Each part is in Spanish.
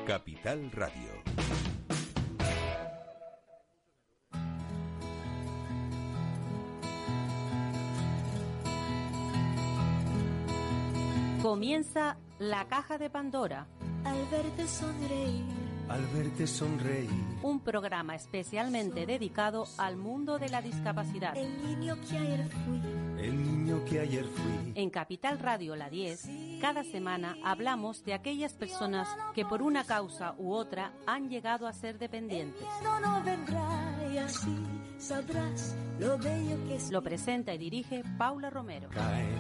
Capital Radio. Comienza La Caja de Pandora. Al verte sonreír. Un programa especialmente dedicado al mundo de la discapacidad. El niño que ayer fui. En Capital Radio La 10, cada semana hablamos de aquellas personas que por una causa u otra han llegado a ser dependientes. El miedo no vendrá y así sabrás lo bello que es. Lo presenta y dirige Paula Romero. Caen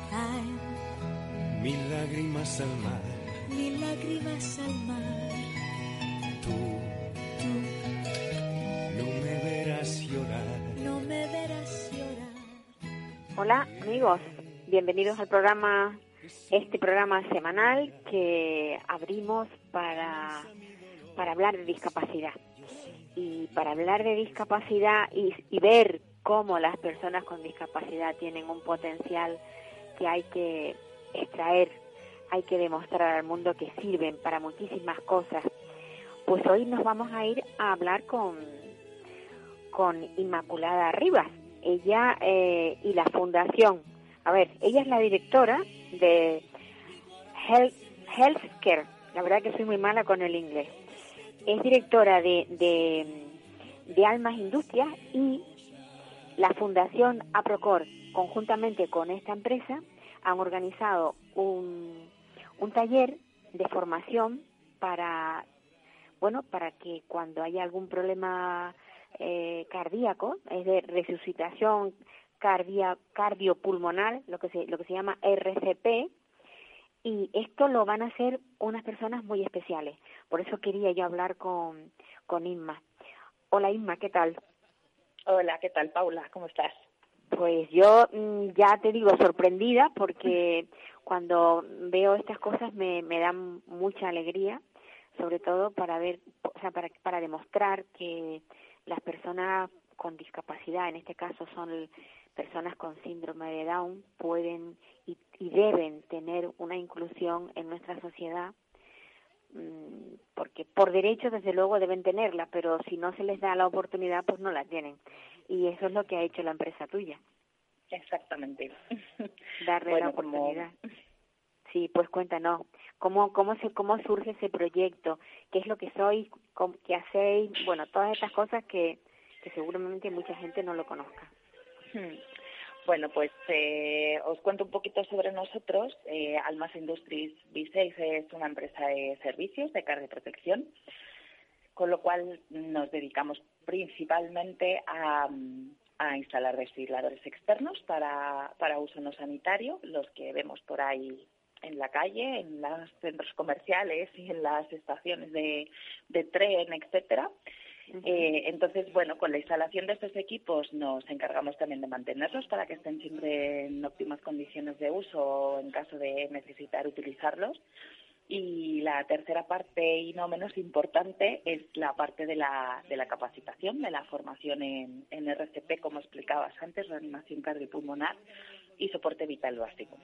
Mil lágrimas al mar. mil lágrimas al mar. Tú no me verás llorar. No me verás llorar. Hola amigos, bienvenidos al programa, este programa semanal que abrimos para hablar de discapacidad. Y para hablar de discapacidad y ver cómo las personas con discapacidad tienen un potencial que hay que extraer, hay que demostrar al mundo que sirven para muchísimas cosas. Pues hoy nos vamos a ir a hablar con Inmaculada Rivas, ella y la fundación. A ver, ella es la directora de Healthcare, la verdad que soy muy mala con el inglés. Es directora de Almas Industrias y la fundación Aprocor, conjuntamente con esta empresa, han organizado un taller de formación para que cuando haya algún problema cardíaco, es de resucitación cardiopulmonar, lo que se llama RCP, y esto lo van a hacer unas personas muy especiales. Por eso quería yo hablar con Inma. Hola Inma, ¿qué tal? Hola, ¿qué tal, Paula? ¿Cómo estás? Pues yo ya te digo sorprendida, porque cuando veo estas cosas me dan mucha alegría, sobre todo para ver, o sea, para demostrar que las personas con discapacidad, en este caso son personas con síndrome de Down, pueden y deben tener una inclusión en nuestra sociedad, porque por derecho desde luego deben tenerla, pero si no se les da la oportunidad pues no la tienen, y eso es lo que ha hecho la empresa tuya. Exactamente. Darle la oportunidad. Sí, pues cuéntanos, ¿cómo surge ese proyecto? ¿Qué es lo que sois? ¿Qué hacéis? Bueno, todas estas cosas que seguramente mucha gente no lo conozca. Bueno, pues os cuento un poquito sobre nosotros. Almas Industries B6 es una empresa de servicios de cardioprotección, con lo cual nos dedicamos principalmente a instalar desfibriladores externos para uso no sanitario, los que vemos por ahí en la calle, en los centros comerciales y en las estaciones de tren, etcétera. Entonces, bueno, con la instalación de estos equipos nos encargamos también de mantenerlos para que estén siempre en óptimas condiciones de uso en caso de necesitar utilizarlos. Y la tercera parte, y no menos importante, es la parte de la capacitación, de la formación en RCP, como explicabas antes, reanimación cardiopulmonar y soporte vital básico.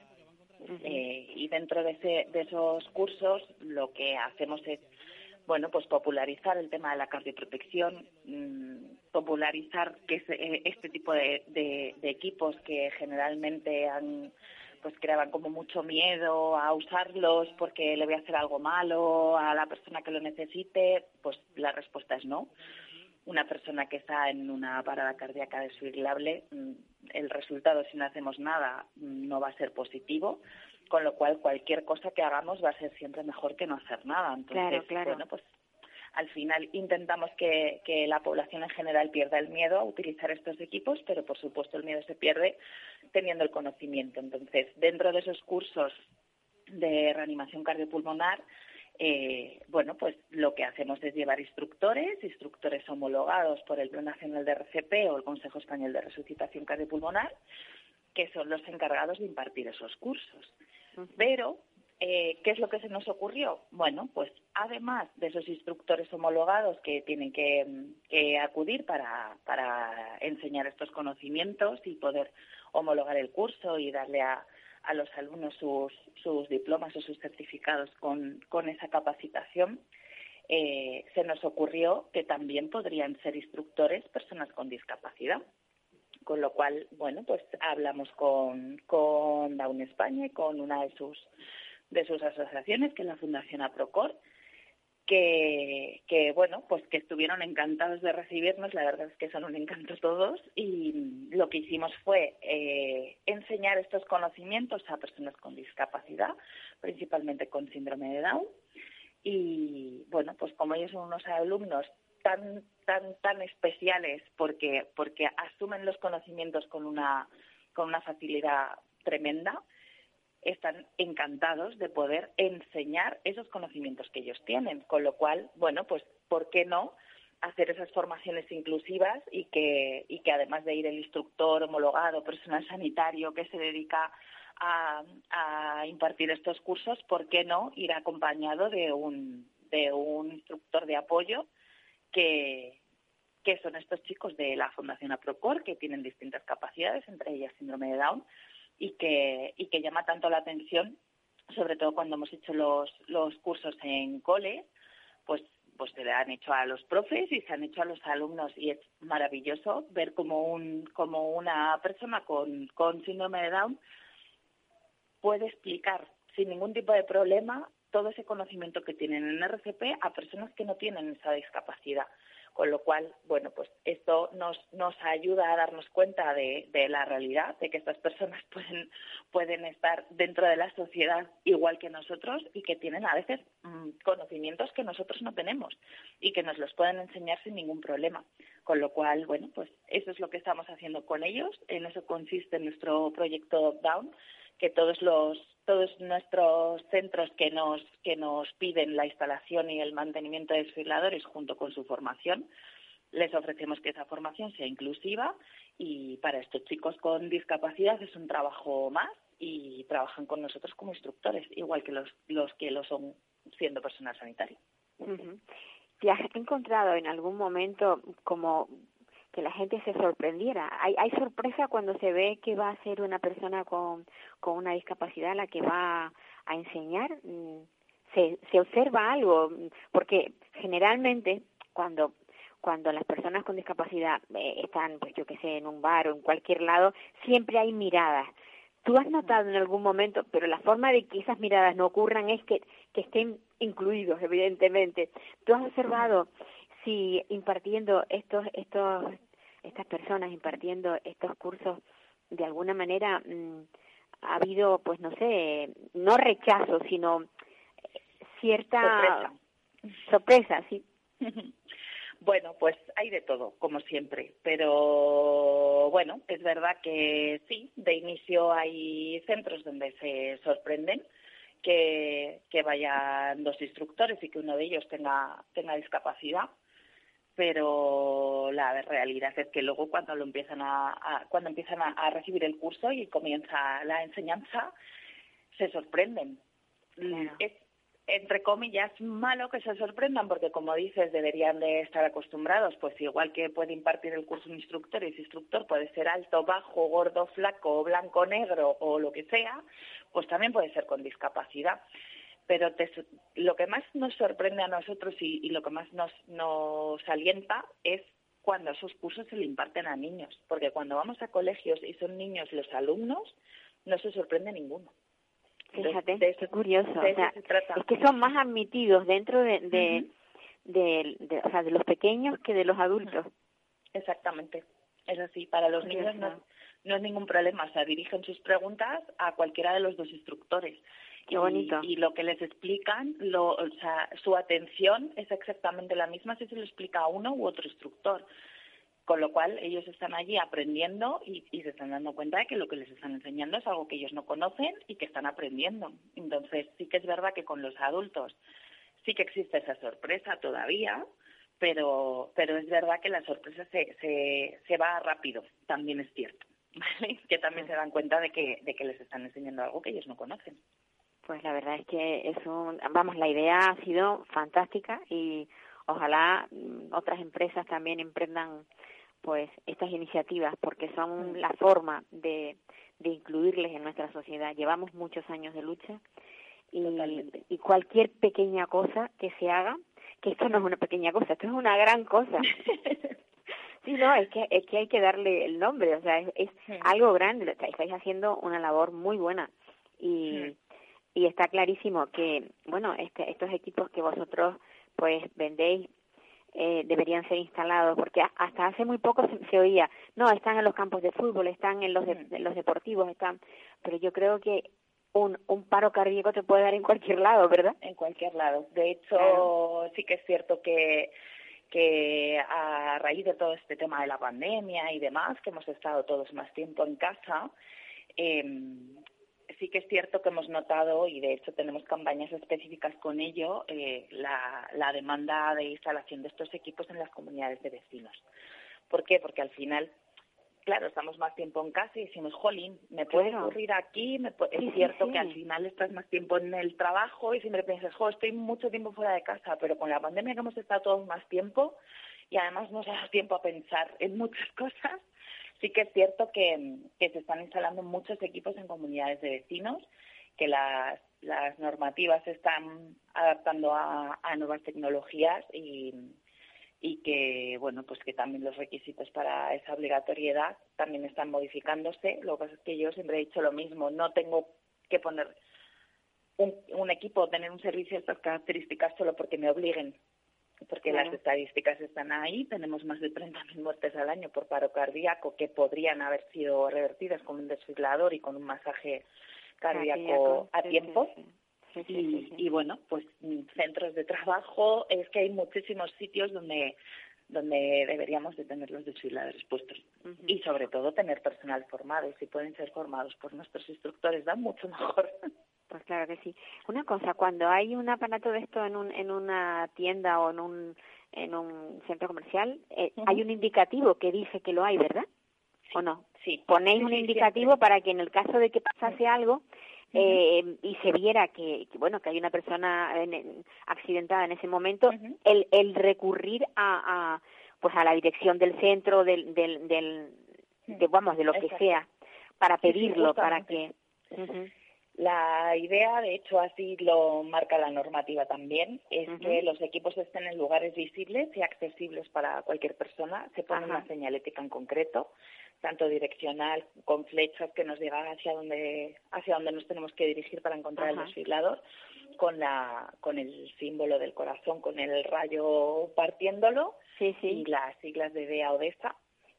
Y dentro de esos cursos lo que hacemos es, bueno, pues popularizar el tema de la cardioprotección, popularizar que es este tipo de equipos que generalmente creaban como mucho miedo a usarlos porque le voy a hacer algo malo a la persona que lo necesite. Pues la respuesta es no. Una persona que está en una parada cardíaca desfibrilable, el resultado si no hacemos nada no va a ser positivo, con lo cual cualquier cosa que hagamos va a ser siempre mejor que no hacer nada. Entonces, claro. Bueno, pues al final intentamos que la población en general pierda el miedo a utilizar estos equipos, pero por supuesto el miedo se pierde teniendo el conocimiento. Entonces, dentro de esos cursos de reanimación cardiopulmonar, bueno, pues lo que hacemos es llevar instructores homologados por el Plan Nacional de RCP o el Consejo Español de Resucitación Cardiopulmonar, que son los encargados de impartir esos cursos. Pero ¿qué es lo que se nos ocurrió? Bueno, pues además de esos instructores homologados que tienen que acudir para enseñar estos conocimientos y poder homologar el curso y darle a los alumnos sus diplomas o sus certificados con esa capacitación, se nos ocurrió que también podrían ser instructores personas con discapacidad. Con lo cual, bueno, pues hablamos con Down España y con una de sus asociaciones, que es la Fundación APROCOR, que bueno, pues que estuvieron encantados de recibirnos. La verdad es que son un encanto todos, y lo que hicimos fue enseñar estos conocimientos a personas con discapacidad, principalmente con síndrome de Down. Y bueno, pues como ellos son unos alumnos tan especiales porque asumen los conocimientos con una facilidad tremenda, están encantados de poder enseñar esos conocimientos que ellos tienen, con lo cual, bueno, pues ¿por qué no hacer esas formaciones inclusivas y que además de ir el instructor homologado, personal sanitario que se dedica a impartir estos cursos, ¿por qué no ir acompañado de un instructor de apoyo que son estos chicos de la Fundación APROCOR, que tienen distintas capacidades, entre ellas síndrome de Down, y que llama tanto la atención, sobre todo cuando hemos hecho los cursos en cole, pues se le han hecho a los profes y se han hecho a los alumnos, y es maravilloso ver como una persona con síndrome de Down puede explicar sin ningún tipo de problema todo ese conocimiento que tienen en RCP a personas que no tienen esa discapacidad. Con lo cual, bueno, pues esto nos ayuda a darnos cuenta de la realidad, de que estas personas pueden estar dentro de la sociedad igual que nosotros, y que tienen a veces conocimientos que nosotros no tenemos y que nos los pueden enseñar sin ningún problema. Con lo cual, bueno, pues eso es lo que estamos haciendo con ellos. En eso consiste nuestro proyecto Down, que todos nuestros centros que nos piden la instalación y el mantenimiento de desfibriladores junto con su formación, les ofrecemos que esa formación sea inclusiva, y para estos chicos con discapacidad es un trabajo más, y trabajan con nosotros como instructores, igual que los que lo son siendo personal sanitario. Uh-huh. ¿Te has encontrado en algún momento como que la gente se sorprendiera? ¿Hay sorpresa cuando se ve que va a ser una persona con una discapacidad la que va a enseñar? ¿Se observa algo? Porque generalmente cuando las personas con discapacidad están, pues yo qué sé, en un bar o en cualquier lado, siempre hay miradas. ¿Tú has notado en algún momento, pero la forma de que esas miradas no ocurran es que estén incluidos, evidentemente? ¿Tú has observado si impartiendo estas personas impartiendo estos cursos, de alguna manera ha habido, pues no sé, no rechazo, sino cierta sorpresa, sí? Bueno, pues hay de todo, como siempre, pero bueno, es verdad que sí, de inicio hay centros donde se sorprenden que vayan dos instructores y que uno de ellos tenga discapacidad, pero la realidad es que luego cuando empiezan a recibir el curso y comienza la enseñanza, se sorprenden. Claro. Es, entre comillas, malo que se sorprendan, porque como dices, deberían de estar acostumbrados, pues igual que puede impartir el curso un instructor, y ese instructor puede ser alto, bajo, gordo, flaco, blanco, negro o lo que sea, pues también puede ser con discapacidad. Pero lo que más nos sorprende a nosotros y lo que más nos alienta es cuando esos cursos se le imparten a niños, porque cuando vamos a colegios y son niños los alumnos, no se sorprende ninguno. Fíjate, qué curioso. O sea, es que son más admitidos dentro de los pequeños que de los adultos. Exactamente. Es así. Para los niños no es ningún problema. O sea, dirigen sus preguntas a cualquiera de los dos instructores. Qué bonito. Y lo que les explican, su atención es exactamente la misma si se lo explica a uno u otro instructor. Con lo cual, ellos están allí aprendiendo y se están dando cuenta de que lo que les están enseñando es algo que ellos no conocen y que están aprendiendo. Entonces, sí que es verdad que con los adultos sí que existe esa sorpresa todavía, pero es verdad que la sorpresa se va rápido, también es cierto, ¿vale? Que también se dan cuenta de que les están enseñando algo que ellos no conocen. Pues la verdad es que la idea ha sido fantástica, y ojalá otras empresas también emprendan pues estas iniciativas, porque son la forma de incluirles en nuestra sociedad. Llevamos muchos años de lucha y cualquier pequeña cosa que se haga, que esto no es una pequeña cosa, esto es una gran cosa. Sí, no, es que hay que darle el nombre, o sea, es algo grande, estáis haciendo una labor muy buena y está clarísimo que, bueno, estos equipos que vosotros pues vendéis deberían ser instalados, porque hasta hace muy poco se oía, no, están en los campos de fútbol, están en los deportivos, pero yo creo que un paro cardíaco te puede dar en cualquier lado, ¿verdad? En cualquier lado. De hecho, claro, sí que es cierto que a raíz de todo este tema de la pandemia y demás, que hemos estado todos más tiempo en casa, sí que es cierto que hemos notado, y de hecho tenemos campañas específicas con ello, la demanda de instalación de estos equipos en las comunidades de vecinos. ¿Por qué? Porque al final, claro, estamos más tiempo en casa y decimos, jolín, me puede ocurrir aquí, es cierto que al final estás más tiempo en el trabajo y siempre piensas, estoy mucho tiempo fuera de casa, pero con la pandemia que hemos estado todos más tiempo y además nos ha dado tiempo a pensar en muchas cosas, sí que es cierto que se están instalando muchos equipos en comunidades de vecinos, que las normativas se están adaptando a nuevas tecnologías y que, bueno, pues que también los requisitos para esa obligatoriedad también están modificándose. Lo que pasa es que yo siempre he dicho lo mismo, no tengo que poner un equipo, tener un servicio de estas características solo porque me obliguen, porque las estadísticas están ahí, tenemos más de 30.000 muertes al año por paro cardíaco que podrían haber sido revertidas con un desfibrilador y con un masaje cardíaco a tiempo. Sí. Y bueno, pues centros de trabajo, es que hay muchísimos sitios donde deberíamos de tener los desfibriladores puestos y sobre todo tener personal formado, y si pueden ser formados por nuestros instructores da mucho mejor. Pues claro que sí. Una cosa, cuando hay un aparato de esto en una tienda o en un centro comercial, hay un indicativo que dice que lo hay, ¿verdad? Sí, ¿o no? Sí. Ponéis un indicativo para que en el caso de que pasase algo y se viera que hay una persona accidentada en ese momento, el recurrir a la dirección del centro de lo que sea para pedirlo, para que La idea, de hecho, así lo marca la normativa también, es que los equipos estén en lugares visibles y accesibles para cualquier persona. Se pone una señalética en concreto, tanto direccional, con flechas que nos llevan hacia donde nos tenemos que dirigir para encontrar el desfibrilador, con el símbolo del corazón, con el rayo partiéndolo, y las siglas de DEA o DESA,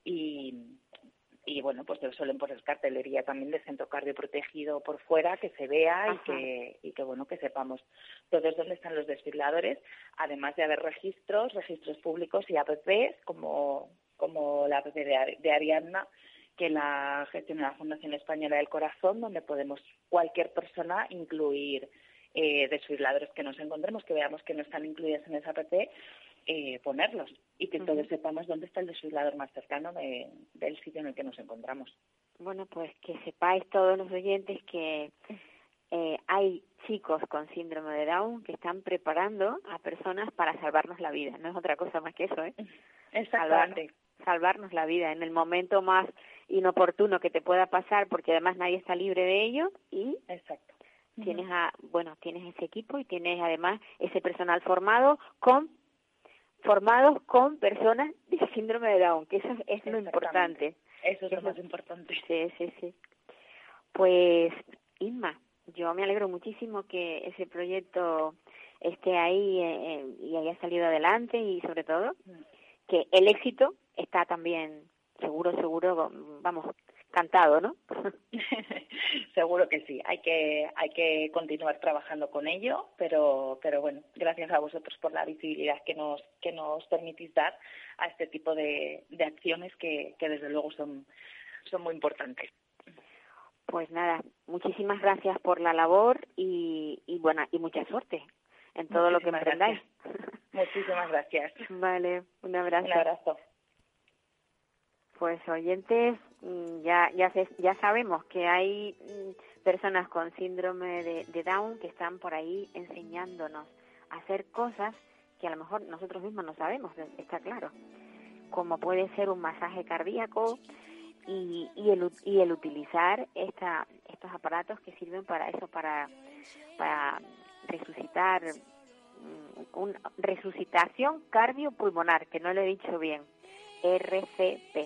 y bueno, pues suelen poner cartelería también de centro cardioprotegido por fuera, que se vea y que bueno, que sepamos todos dónde están los desfibriladores, además de haber registros públicos y apps como la app de Ariadna, que la gestiona la Fundación Española del Corazón, donde podemos cualquier persona incluir desfibriladores que nos encontremos, que veamos que no están incluidos en esa app, ponerlos y que todos sepamos dónde está el desfibrilador más cercano del sitio en el que nos encontramos. Bueno, pues que sepáis todos los oyentes que hay chicos con síndrome de Down que están preparando a personas para salvarnos la vida. No es otra cosa más que eso, ¿eh? Exactamente. Salvarnos la vida en el momento más inoportuno que te pueda pasar, porque además nadie está libre de ello y tienes ese equipo y tienes además ese personal formados con personas de síndrome de Down, que eso es lo importante. Eso es lo más importante. Sí. Pues, Inma, yo me alegro muchísimo que ese proyecto esté ahí y haya salido adelante, y sobre todo que el éxito está también seguro, vamos, cantado, ¿no? Seguro que sí. Hay que continuar trabajando con ello, pero bueno, gracias a vosotros por la visibilidad que nos permitís dar a este tipo de acciones que desde luego son muy importantes. Pues nada, muchísimas gracias por la labor y mucha suerte en todo lo que emprendáis. Muchísimas gracias. Vale, un abrazo. Un abrazo. Pues oyentes, ya sabemos que hay personas con síndrome de Down que están por ahí enseñándonos a hacer cosas que a lo mejor nosotros mismos no sabemos, está claro, como puede ser un masaje cardíaco y el utilizar estos aparatos que sirven para eso, para resucitar resucitación cardiopulmonar, que no lo he dicho bien, RCP.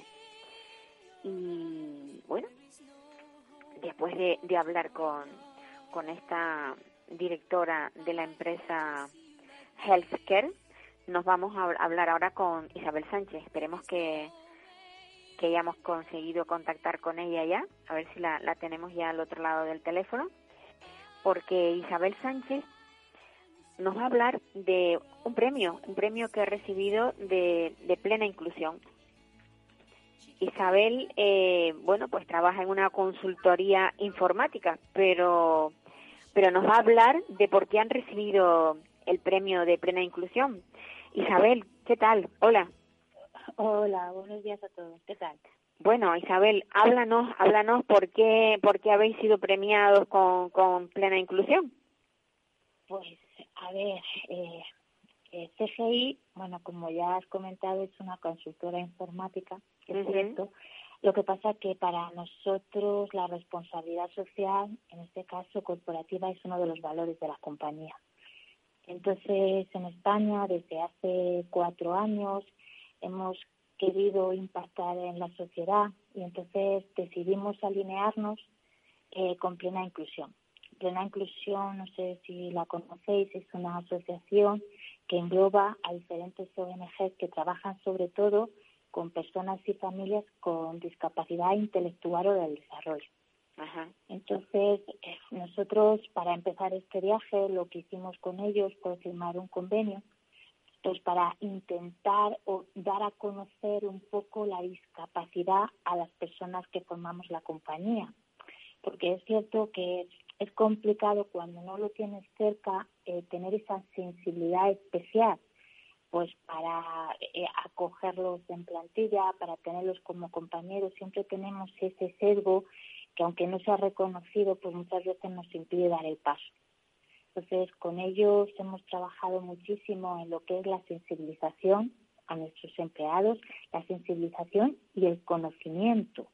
Y bueno, después de hablar con esta directora de la empresa Healthcare, nos vamos a hablar ahora con Isabel Sánchez. Esperemos que hayamos conseguido contactar con ella ya, a ver si la tenemos ya al otro lado del teléfono, porque Isabel Sánchez nos va a hablar de un premio que ha recibido de plena inclusión. Isabel, pues trabaja en una consultoría informática, pero nos va a hablar de por qué han recibido el premio de plena inclusión. Isabel, ¿qué tal? Hola. Hola, buenos días a todos. ¿Qué tal? Bueno, Isabel, háblanos por qué habéis sido premiados con plena inclusión. Pues, a ver, CGI, bueno, como ya has comentado, es una consultora informática, es cierto. Lo que pasa que para nosotros la responsabilidad social, en este caso corporativa, es uno de los valores de la compañía. Entonces, en España, desde hace 4 años, hemos querido impactar en la sociedad y entonces decidimos alinearnos con Plena Inclusión. Plena Inclusión, no sé si la conocéis, es una asociación que engloba a diferentes ONGs que trabajan sobre todo con personas y familias con discapacidad intelectual o del desarrollo. Ajá. Entonces, nosotros para empezar este viaje lo que hicimos con ellos fue firmar un convenio pues para intentar o dar a conocer un poco la discapacidad a las personas que formamos la compañía. Porque es cierto que es complicado cuando no lo tienes cerca tener esa sensibilidad especial pues para acogerlos en plantilla, para tenerlos como compañeros. Siempre tenemos ese sesgo que aunque no sea reconocido, pues muchas veces nos impide dar el paso. Entonces, con ellos hemos trabajado muchísimo en lo que es la sensibilización a nuestros empleados, la sensibilización y el conocimiento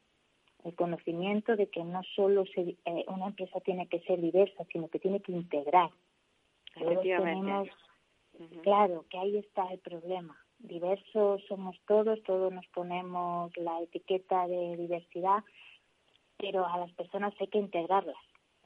de que no solo una empresa tiene que ser diversa, sino que tiene que integrar. Efectivamente. Claro, que ahí está el problema. Diversos somos todos nos ponemos la etiqueta de diversidad, pero a las personas hay que integrarlas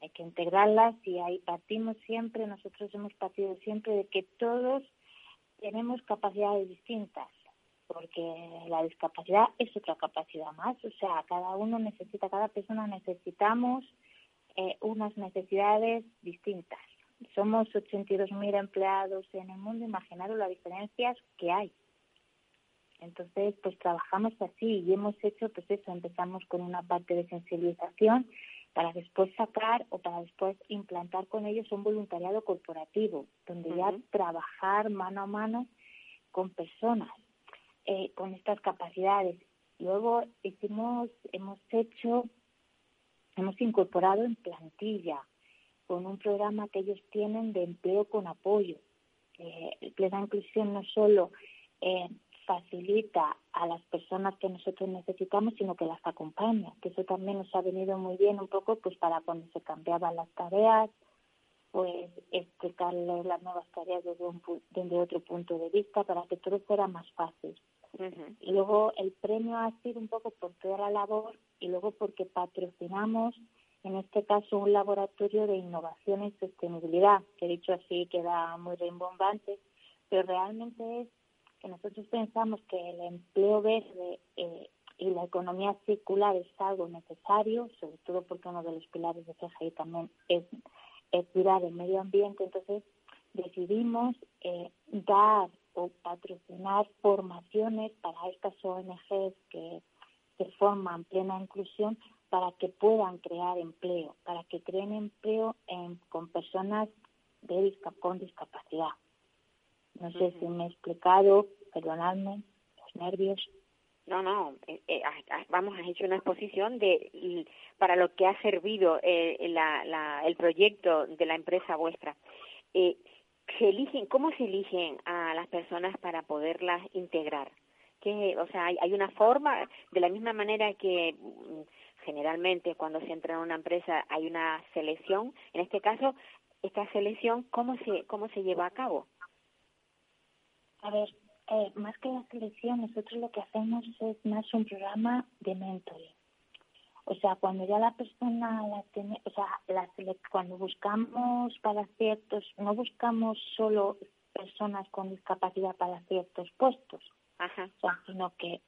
y ahí nosotros hemos partido siempre de que todos tenemos capacidades distintas, porque la discapacidad es otra capacidad más, o sea, cada persona necesitamos unas necesidades distintas. Somos 82.000 empleados en el mundo, imaginaros las diferencias que hay. Entonces, pues trabajamos así y hemos hecho, pues eso, empezamos con una parte de sensibilización para después sacar o para después implantar con ellos un voluntariado corporativo, donde ya trabajar mano a mano con personas con estas capacidades. Luego hemos incorporado en plantilla con un programa que ellos tienen de empleo con apoyo. Plena Inclusión no solo facilita a las personas que nosotros necesitamos, sino que las acompaña, que eso también nos ha venido muy bien un poco pues para cuando se cambiaban las tareas, pues explicarles las nuevas tareas desde otro punto de vista para que todo fuera más fácil. Y luego el premio ha sido un poco por toda la labor y luego porque patrocinamos en este caso un laboratorio de innovación y sostenibilidad, que dicho así queda muy rimbombante, pero realmente es que nosotros pensamos que el empleo verde y la economía circular es algo necesario, sobre todo porque uno de los pilares de CGI también es cuidar el medio ambiente. Entonces decidimos dar o patrocinar formaciones para estas ONGs que forman Plena Inclusión para que puedan crear empleo, para que creen empleo con personas con discapacidad. No sé si me he explicado, perdonadme, los nervios. No, has hecho una exposición para lo que ha servido el proyecto de la empresa vuestra. ¿Cómo se eligen a las personas para poderlas integrar? ¿Hay una forma, de la misma manera que generalmente cuando se entra en una empresa hay una selección? En este caso, esta selección, ¿cómo se lleva a cabo? A ver, más que la selección, nosotros lo que hacemos es más un programa de mentoring. O sea, cuando ya la persona la tiene, o sea, cuando buscamos para ciertos, no buscamos solo personas con discapacidad para ciertos puestos, Ajá. o sea, sino que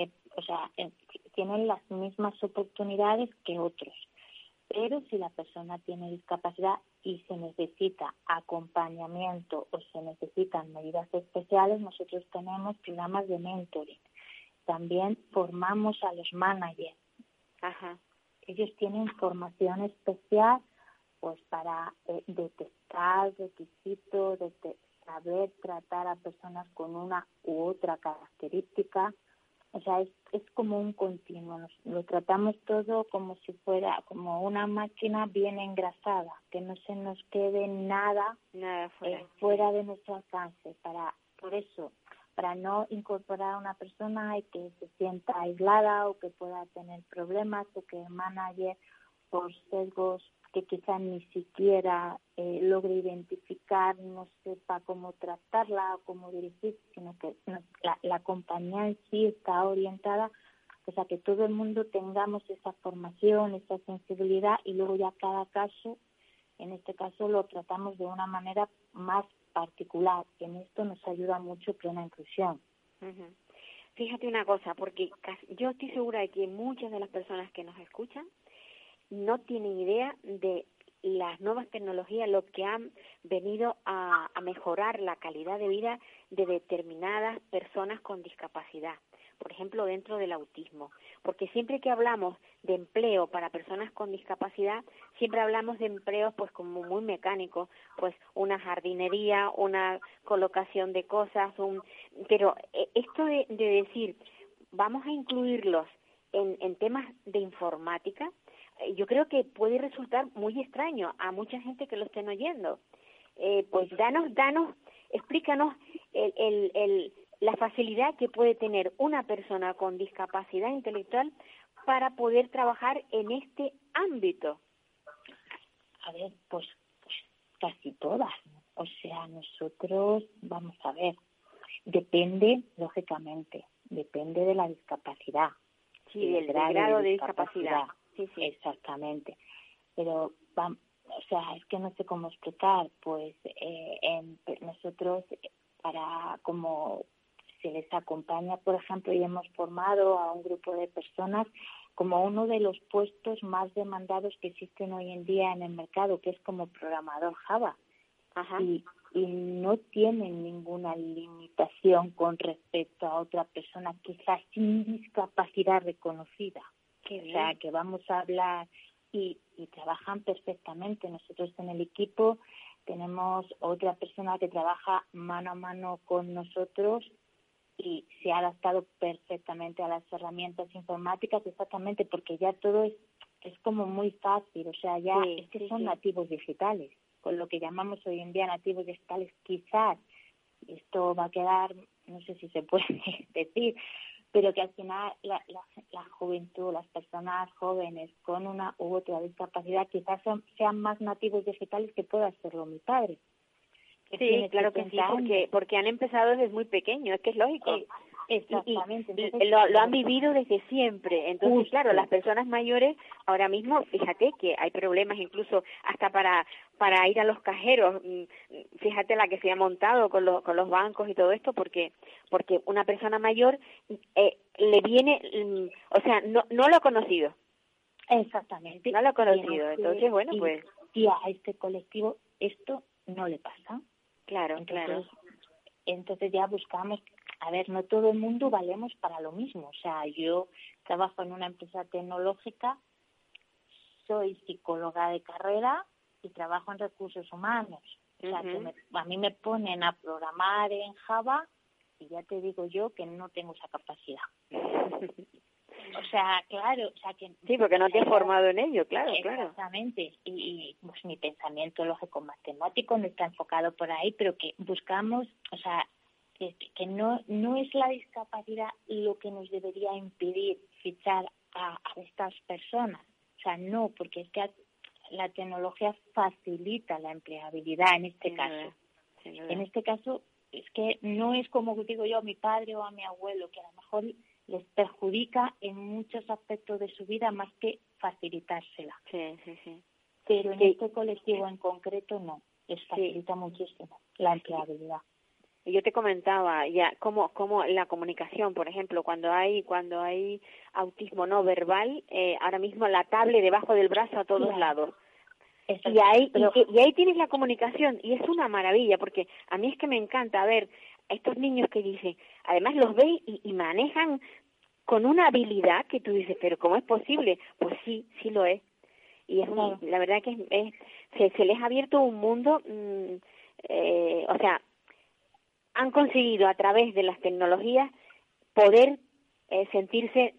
tienen las mismas oportunidades que otros. Pero si la persona tiene discapacidad y se necesita acompañamiento o se necesitan medidas especiales, nosotros tenemos programas de mentoring. También formamos a los managers. Ajá. Ellos tienen formación especial pues para detectar requisitos, saber tratar a personas con una u otra característica. O sea, es como un continuo. Lo tratamos todo como si fuera como una máquina bien engrasada, que no se nos quede nada fuera de nuestro alcance. Por eso, para no incorporar a una persona y que se sienta aislada o que pueda tener problemas o que el manager, por sesgos que quizás ni siquiera logre identificar, no sepa cómo tratarla o cómo dirigir, sino que la compañía en sí está orientada, o sea, que todo el mundo tengamos esa formación, esa sensibilidad y luego ya cada caso, en este caso lo tratamos de una manera más particular, que en esto nos ayuda mucho Plena Inclusión. Uh-huh. Fíjate una cosa, porque yo estoy segura de que muchas de las personas que nos escuchan no tienen idea de las nuevas tecnologías, lo que han venido a mejorar la calidad de vida de determinadas personas con discapacidad, por ejemplo, dentro del autismo. Porque siempre que hablamos de empleo para personas con discapacidad, siempre hablamos de empleos pues como muy mecánicos, pues una jardinería, una colocación de cosas, pero esto de decir, vamos a incluirlos en temas de informática, yo creo que puede resultar muy extraño a mucha gente que lo estén oyendo. Pues explícanos la facilidad que puede tener una persona con discapacidad intelectual para poder trabajar en este ámbito. A ver, pues casi todas. O sea, nosotros, vamos a ver, depende, lógicamente, depende de la discapacidad. Sí, del grado de discapacidad. Sí. Exactamente. Pero, o sea, es que no sé cómo explicar. Pues nosotros, como se les acompaña, por ejemplo, y hemos formado a un grupo de personas como uno de los puestos más demandados que existen hoy en día en el mercado, que es como programador Java. Ajá. Y no tienen ninguna limitación con respecto a otra persona quizás sin discapacidad reconocida. O sea, que vamos a hablar y trabajan perfectamente. Nosotros en el equipo tenemos otra persona que trabaja mano a mano con nosotros y se ha adaptado perfectamente a las herramientas informáticas, exactamente, porque ya todo es como muy fácil. O sea, ya son nativos digitales, con lo que llamamos hoy en día nativos digitales. Quizás esto va a quedar, no sé si se puede decir, pero que al final la juventud, las personas jóvenes con una u otra discapacidad quizás sean más nativos digitales que pueda serlo mi padre. Sí, claro que sí, porque han empezado desde muy pequeño, es que es lógico. Exactamente. Entonces, lo han vivido desde siempre. Entonces, justo. Claro, las personas mayores, ahora mismo, fíjate que hay problemas incluso hasta para ir a los cajeros. Fíjate la que se ha montado con los bancos y todo esto, porque una persona mayor le viene, o sea, no lo ha conocido. Exactamente. No lo ha conocido. Entonces, bueno, pues... Y a este colectivo esto no le pasa. Claro. Entonces ya buscamos, a ver, no todo el mundo valemos para lo mismo. O sea, yo trabajo en una empresa tecnológica, soy psicóloga de carrera y trabajo en recursos humanos. O sea, que a mí me ponen a programar en Java y ya te digo yo que no tengo esa capacidad. O sea, claro, o sea que... Sí, porque no te has formado en ello, claro. Exactamente, y pues mi pensamiento lógico matemático no está enfocado por ahí, pero que buscamos, o sea, que no es la discapacidad lo que nos debería impedir fichar a estas personas. O sea, no, porque es que la tecnología facilita la empleabilidad en este caso. En este caso, es que no es como digo yo a mi padre o a mi abuelo, que a lo mejor les perjudica en muchos aspectos de su vida más que facilitársela. Sí. Pero en este colectivo en concreto no, les facilita muchísimo la empleabilidad. Yo te comentaba ya cómo la comunicación, por ejemplo, cuando hay autismo no verbal, ahora mismo la tablet debajo del brazo a todos lados. Y ahí tienes la comunicación y es una maravilla, porque a mí es que me encanta ver a estos niños que dicen, además los ves y manejan con una habilidad que tú dices, pero ¿cómo es posible? Pues sí lo es. Y es la verdad que se les ha abierto un mundo, o sea, han conseguido a través de las tecnologías poder sentirse,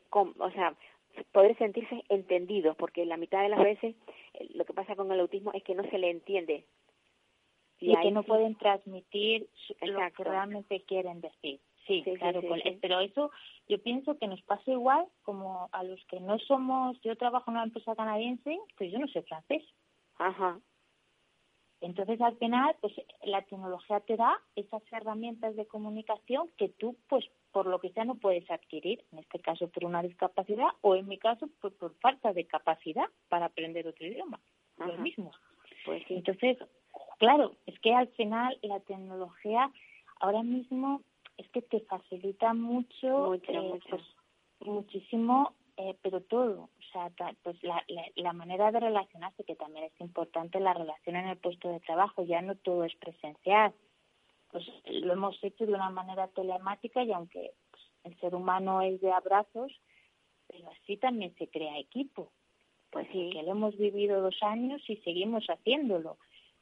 poder sentirse entendidos, porque la mitad de las veces lo que pasa con el autismo es que no se le entiende. Y que no pueden transmitir lo que realmente quieren decir. Sí, claro. Pero eso yo pienso que nos pasa igual como a los que no somos... Yo trabajo en una empresa canadiense, pues yo no sé francés. Ajá. Entonces, al final, pues la tecnología te da esas herramientas de comunicación que tú, pues, por lo que sea, no puedes adquirir, en este caso por una discapacidad, o en mi caso, pues por falta de capacidad para aprender otro idioma, los mismos. Pues sí. Entonces, claro, es que al final la tecnología ahora mismo es que te facilita mucho. Pues, muchísimo, pero todo. O sea, pues la manera de relacionarse, que también es importante, la relación en el puesto de trabajo, ya no todo es presencial. Pues lo hemos hecho de una manera telemática y aunque pues, el ser humano es de abrazos, pero así también se crea equipo. Pues sí, que lo hemos vivido 2 años y seguimos haciéndolo.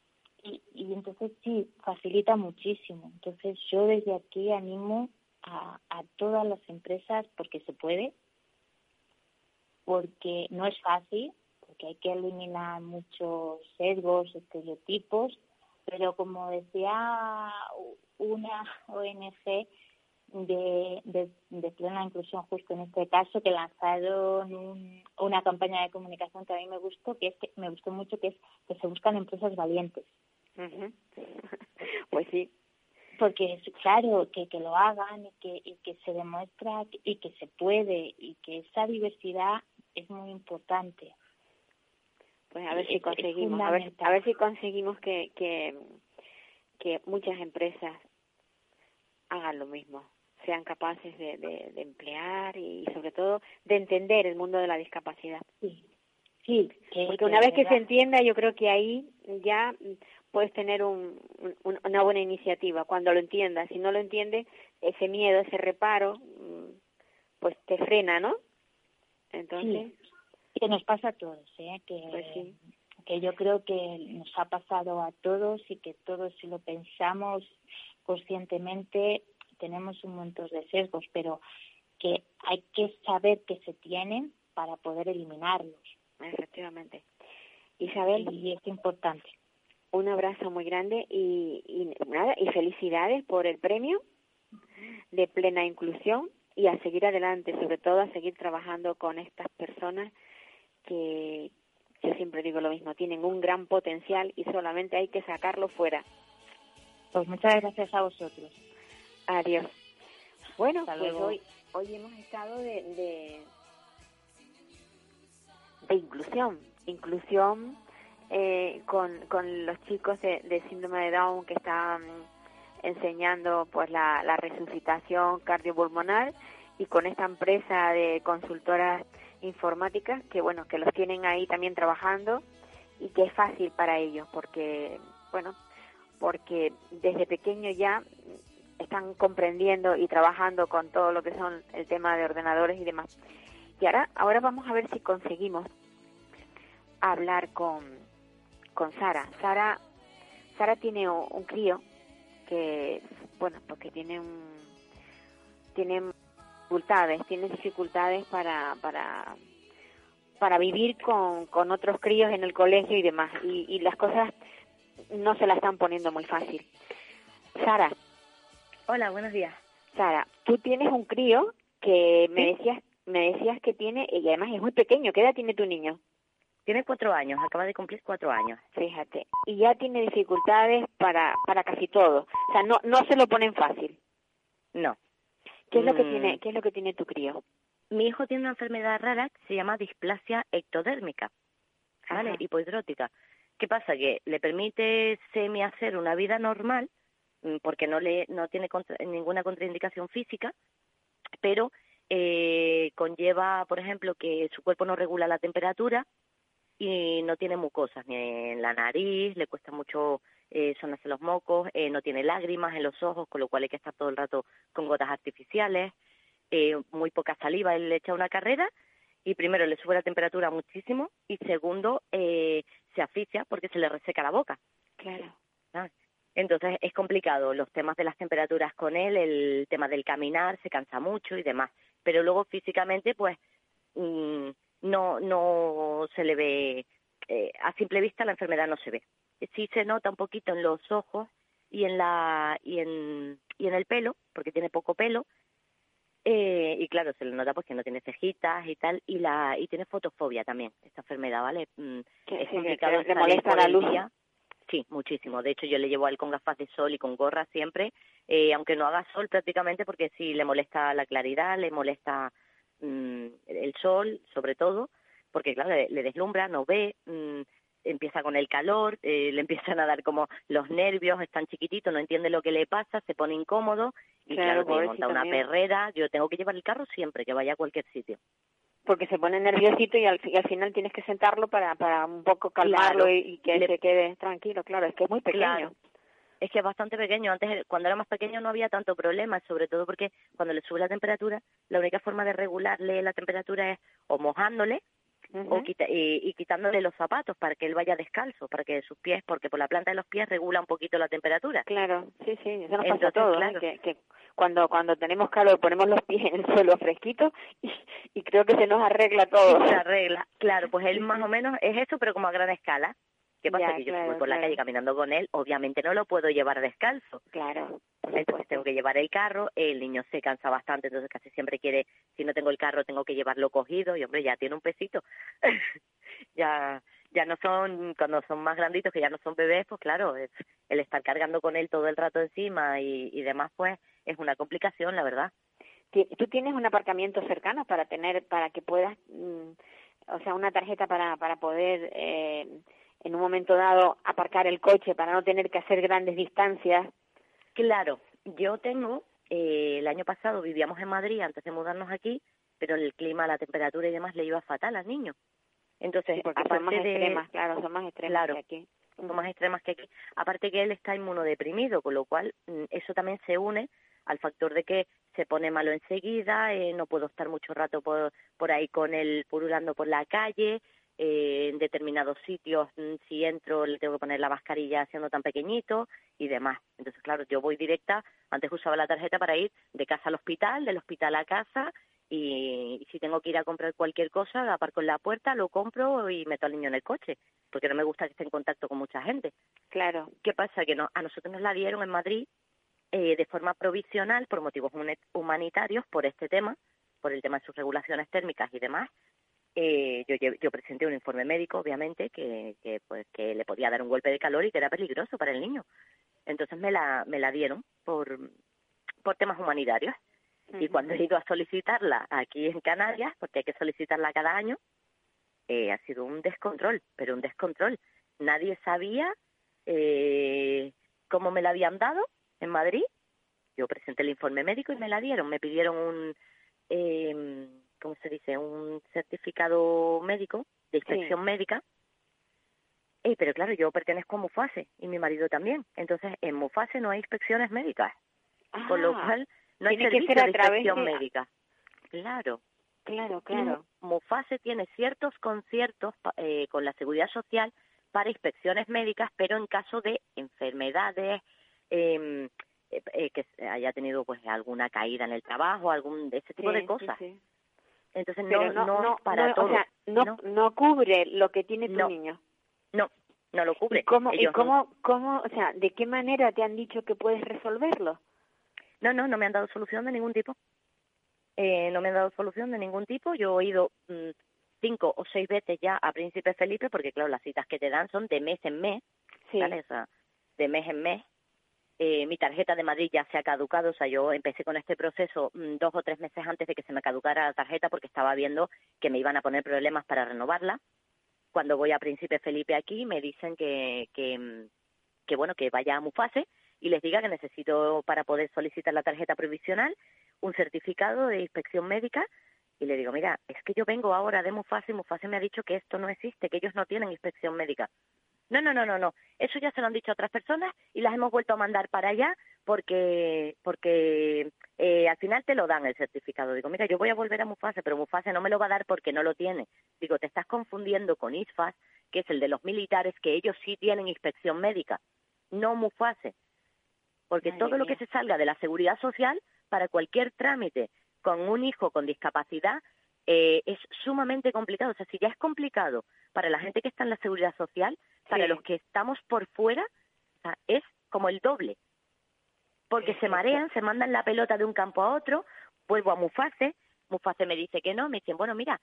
Y entonces sí, facilita muchísimo. Entonces yo desde aquí animo a todas las empresas, porque se puede, porque no es fácil, porque hay que eliminar muchos sesgos, estereotipos, pero como decía una ONG de plena inclusión, justo en este caso, que lanzaron una campaña de comunicación que a mí me gustó, me gustó mucho, que es que se buscan empresas valientes. Uh-huh. Pues sí. Porque es claro que lo hagan y que se demuestra y que se puede y que esa diversidad es muy importante. Pues a ver si conseguimos, a ver si conseguimos que muchas empresas hagan lo mismo, sean capaces de emplear y sobre todo de entender el mundo de la discapacidad. Sí. Porque una vez que se entienda, yo creo que ahí ya puedes tener una buena iniciativa cuando lo entiendas. Si no lo entiendes, ese miedo, ese reparo, pues te frena, ¿no? Entonces, que nos pasa a todos, que yo creo que nos ha pasado a todos y que todos, si lo pensamos conscientemente, tenemos un montón de sesgos, pero que hay que saber que se tienen para poder eliminarlos. Efectivamente. Isabel, y es importante. Un abrazo muy grande y felicidades por el premio de plena inclusión y a seguir adelante, sobre todo a seguir trabajando con estas personas que yo siempre digo lo mismo, tienen un gran potencial y solamente hay que sacarlo fuera. Pues muchas gracias a vosotros. Adiós. Bueno, hasta pues luego. hoy hemos estado de inclusión con los chicos de síndrome de Down que están enseñando pues la resucitación cardiopulmonar y con esta empresa de consultoras informáticas que bueno, que los tienen ahí también trabajando y que es fácil para ellos porque desde pequeños ya están comprendiendo y trabajando con todo lo que son el tema de ordenadores y demás. Y ahora vamos a ver si conseguimos hablar con Sara. Sara tiene un crío que, bueno, porque tiene dificultades para vivir con otros críos en el colegio y demás. Y las cosas no se la están poniendo muy fácil. Sara. Hola, buenos días. Sara, tú tienes un crío que me decías que tiene, y además es muy pequeño. ¿Qué edad tiene tu niño? Tiene 4 años, acaba de cumplir 4 años. Fíjate, y ya tiene dificultades para casi todo. O sea, no se lo ponen fácil. No. ¿Qué es lo que tiene tu crío? Mi hijo tiene una enfermedad rara que se llama displasia ectodérmica, ¿vale? Ajá. Hipohidrótica. ¿Qué pasa? Que le permite semi-hacer una vida normal, porque no tiene ninguna contraindicación física, pero conlleva, por ejemplo, que su cuerpo no regula la temperatura y no tiene mucosas ni en la nariz, le cuesta mucho sonarse los mocos, no tiene lágrimas en los ojos, con lo cual hay que estar todo el rato con gotas artificiales, muy poca saliva. Él le echa una carrera y primero le sube la temperatura muchísimo y segundo se asfixia porque se le reseca la boca. Claro. ¿Sabes? Entonces es complicado los temas de las temperaturas con él, el tema del caminar, se cansa mucho y demás. Pero luego físicamente pues no se le ve, a simple vista la enfermedad no se ve. Sí se nota un poquito en los ojos y en el pelo, porque tiene poco pelo, y claro, se le nota pues que no tiene cejitas y tal, y tiene fotofobia también, esta enfermedad, ¿vale? Es complicado le molesta la luz. Día. Sí, muchísimo. De hecho, yo le llevo a él con gafas de sol y con gorra siempre, aunque no haga sol prácticamente, porque sí le molesta la claridad, le molesta el sol, sobre todo, porque claro, le deslumbra, no ve, empieza con el calor, le empiezan a dar como los nervios, es tan chiquitito, no entiende lo que le pasa, se pone incómodo y claro, me monta una perrera. Yo tengo que llevar el carro siempre que vaya a cualquier sitio. Porque se pone nerviosito y al final tienes que sentarlo para un poco calmarlo, claro, y que se quede tranquilo. Claro, es que es muy pequeño. Claro. Es que es bastante pequeño. Antes, cuando era más pequeño, no había tanto problema, sobre todo porque cuando le sube la temperatura, la única forma de regularle la temperatura es o mojándole, o quitándole los zapatos para que él vaya descalzo, para que sus pies, porque por la planta de los pies regula un poquito la temperatura. Claro, sí, eso nos pasa a todos, claro. Que cuando tenemos calor ponemos los pies en el suelo fresquito y creo que se nos arregla todo. Se arregla, claro, pues él más o menos es eso, pero como a gran escala. ¿Qué pasa? Que yo voy por la calle caminando con él, obviamente no lo puedo llevar descalzo. Claro. Entonces tengo que llevar el carro, el niño se cansa bastante, entonces casi siempre quiere, si no tengo el carro tengo que llevarlo cogido y hombre, ya tiene un pesito. ya no son, cuando son más granditos, que ya no son bebés, pues claro, el estar cargando con él todo el rato encima y demás, pues es una complicación, la verdad. ¿Tú tienes un aparcamiento cercano para que puedas, o sea, una tarjeta para poder en un momento dado aparcar el coche para no tener que hacer grandes distancias? Claro, yo tengo, el año pasado vivíamos en Madrid antes de mudarnos aquí, pero el clima, la temperatura y demás le iba fatal al niño. Entonces, sí, porque son más extremas, claro, son más extremas que aquí. Son más extremas que aquí. Aparte que él está inmunodeprimido, con lo cual eso también se une al factor de que se pone malo enseguida, no puedo estar mucho rato por ahí con él purulando por la calle, en determinados sitios, si entro le tengo que poner la mascarilla siendo tan pequeñito y demás. Entonces, claro, yo voy directa, antes usaba la tarjeta para ir de casa al hospital, del hospital a casa, y si tengo que ir a comprar cualquier cosa, la aparco en la puerta, lo compro y meto al niño en el coche, porque no me gusta que esté en contacto con mucha gente. Claro. ¿Qué pasa? Que a nosotros nos la dieron en Madrid de forma provisional por motivos humanitarios, por este tema, por el tema de sus regulaciones térmicas y demás. Yo presenté un informe médico, obviamente, que le podía dar un golpe de calor y que era peligroso para el niño. Entonces me la dieron por temas humanitarios. Y cuando he ido a solicitarla aquí en Canarias, porque hay que solicitarla cada año, ha sido un descontrol, pero un descontrol. Nadie sabía cómo me la habían dado en Madrid. Yo presenté el informe médico y me la dieron. Me pidieron ¿cómo se dice? Un certificado médico, de inspección médica. Pero claro, yo pertenezco a Mufase y mi marido también. Entonces, en Mufase no hay inspecciones médicas. Con lo cual, no hay servicio de inspección médica. Claro. Mufase tiene ciertos conciertos con la Seguridad Social para inspecciones médicas, pero en caso de enfermedades, que haya tenido pues alguna caída en el trabajo, de ese tipo de cosas. Sí. Entonces no para todo. O sea, no cubre lo que tiene tu niño. No lo cubre. ¿Y cómo, o sea, de qué manera te han dicho que puedes resolverlo? No me han dado solución de ningún tipo. No me han dado solución de ningún tipo. Yo he ido 5 o 6 veces ya a Príncipe Felipe, porque claro, las citas que te dan son de mes en mes, Sí. ¿vale? O sea, de mes en mes. Mi tarjeta de Madrid ya se ha caducado, o sea, yo empecé con este proceso 2 o 3 meses antes de que se me caducara la tarjeta porque estaba viendo que me iban a poner problemas para renovarla. Cuando voy a Príncipe Felipe aquí me dicen que bueno, que vaya a Mufase y les diga que necesito para poder solicitar la tarjeta provisional un certificado de inspección médica y le digo, mira, es que yo vengo ahora de Mufase y Mufase me ha dicho que esto no existe, que ellos no tienen inspección médica. No, eso ya se lo han dicho a otras personas y las hemos vuelto a mandar para allá porque al final te lo dan el certificado. Digo, mira, yo voy a volver a Mufase, pero Mufase no me lo va a dar porque no lo tiene. Digo, te estás confundiendo con ISFAS, que es el de los militares, que ellos sí tienen inspección médica, no Mufase. Porque todo lo que se salga de la seguridad social, para cualquier trámite con un hijo con discapacidad, es sumamente complicado. O sea, si ya es complicado para la gente que está en la seguridad social, para los que estamos por fuera, o sea, es como el doble. Porque se marean, se mandan la pelota de un campo a otro, vuelvo a Mufase me dice que no, me dicen, bueno, mira,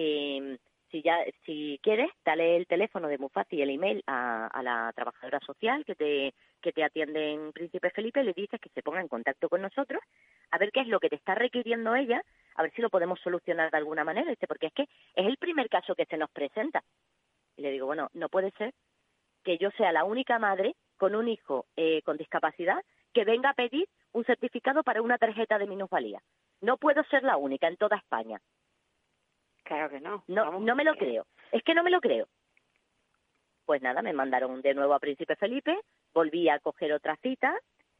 si quieres, dale el teléfono de Mufase y el email a la trabajadora social que te atiende en Príncipe Felipe, le dices que se ponga en contacto con nosotros, a ver qué es lo que te está requiriendo ella, a ver si lo podemos solucionar de alguna manera, dice, porque es que es el primer caso que se nos presenta. Y le digo, bueno, no puede ser que yo sea la única madre con un hijo con discapacidad que venga a pedir un certificado para una tarjeta de minusvalía. No puedo ser la única en toda España. Claro que no. No me lo creo. Es que no me lo creo. Pues nada, me mandaron de nuevo a Príncipe Felipe, volví a coger otra cita,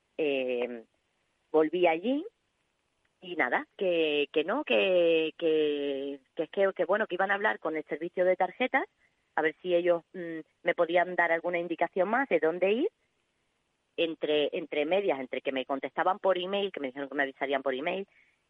volví allí y nada, que bueno, que iban a hablar con el servicio de tarjetas a ver si ellos me podían dar alguna indicación más de dónde ir. Entre medias, entre que me contestaban por email, que me dijeron que me avisarían por email,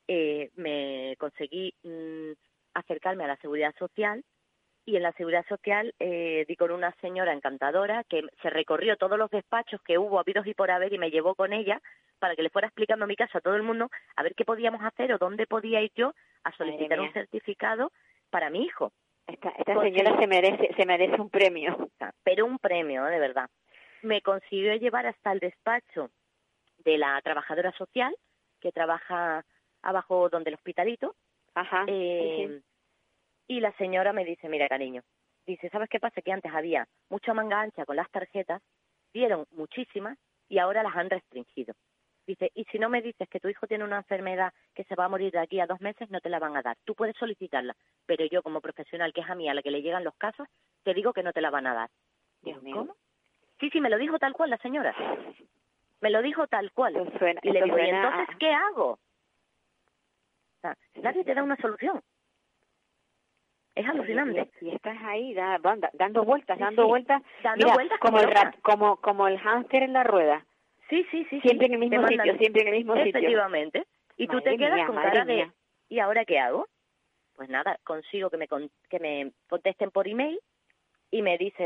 me conseguí acercarme a la Seguridad Social y en la Seguridad Social di con una señora encantadora que se recorrió todos los despachos que hubo habidos y por haber y me llevó con ella para que le fuera explicando mi caso a todo el mundo a ver qué podíamos hacer o dónde podía ir yo a solicitar un certificado para mi hijo. Esta señora se merece un premio. Pero un premio, de verdad. Me consiguió llevar hasta el despacho de la trabajadora social que trabaja abajo donde el hospitalito. Ajá. Y la señora me dice, mira, cariño, dice, ¿sabes qué pasa? Que antes había mucha manga ancha con las tarjetas, dieron muchísimas y ahora las han restringido. Dice, y si no me dices que tu hijo tiene una enfermedad que se va a morir de aquí a 2 meses, no te la van a dar. Tú puedes solicitarla, pero yo como profesional, que es a mí a la que le llegan los casos, te digo que no te la van a dar. Dios mío. ¿Cómo? Sí, me lo dijo tal cual la señora. Me lo dijo tal cual. Y le digo, ¿y entonces qué hago? O sea, nadie te da una solución. Es alucinante. Y estás ahí dando vueltas, Dando vueltas como el hámster en la rueda. Sí. Siempre en el mismo sitio, siempre en el mismo sitio. Efectivamente. Y tú te quedas con cara de, ¿y ahora qué hago? Pues nada, consigo que me contesten por email y me dice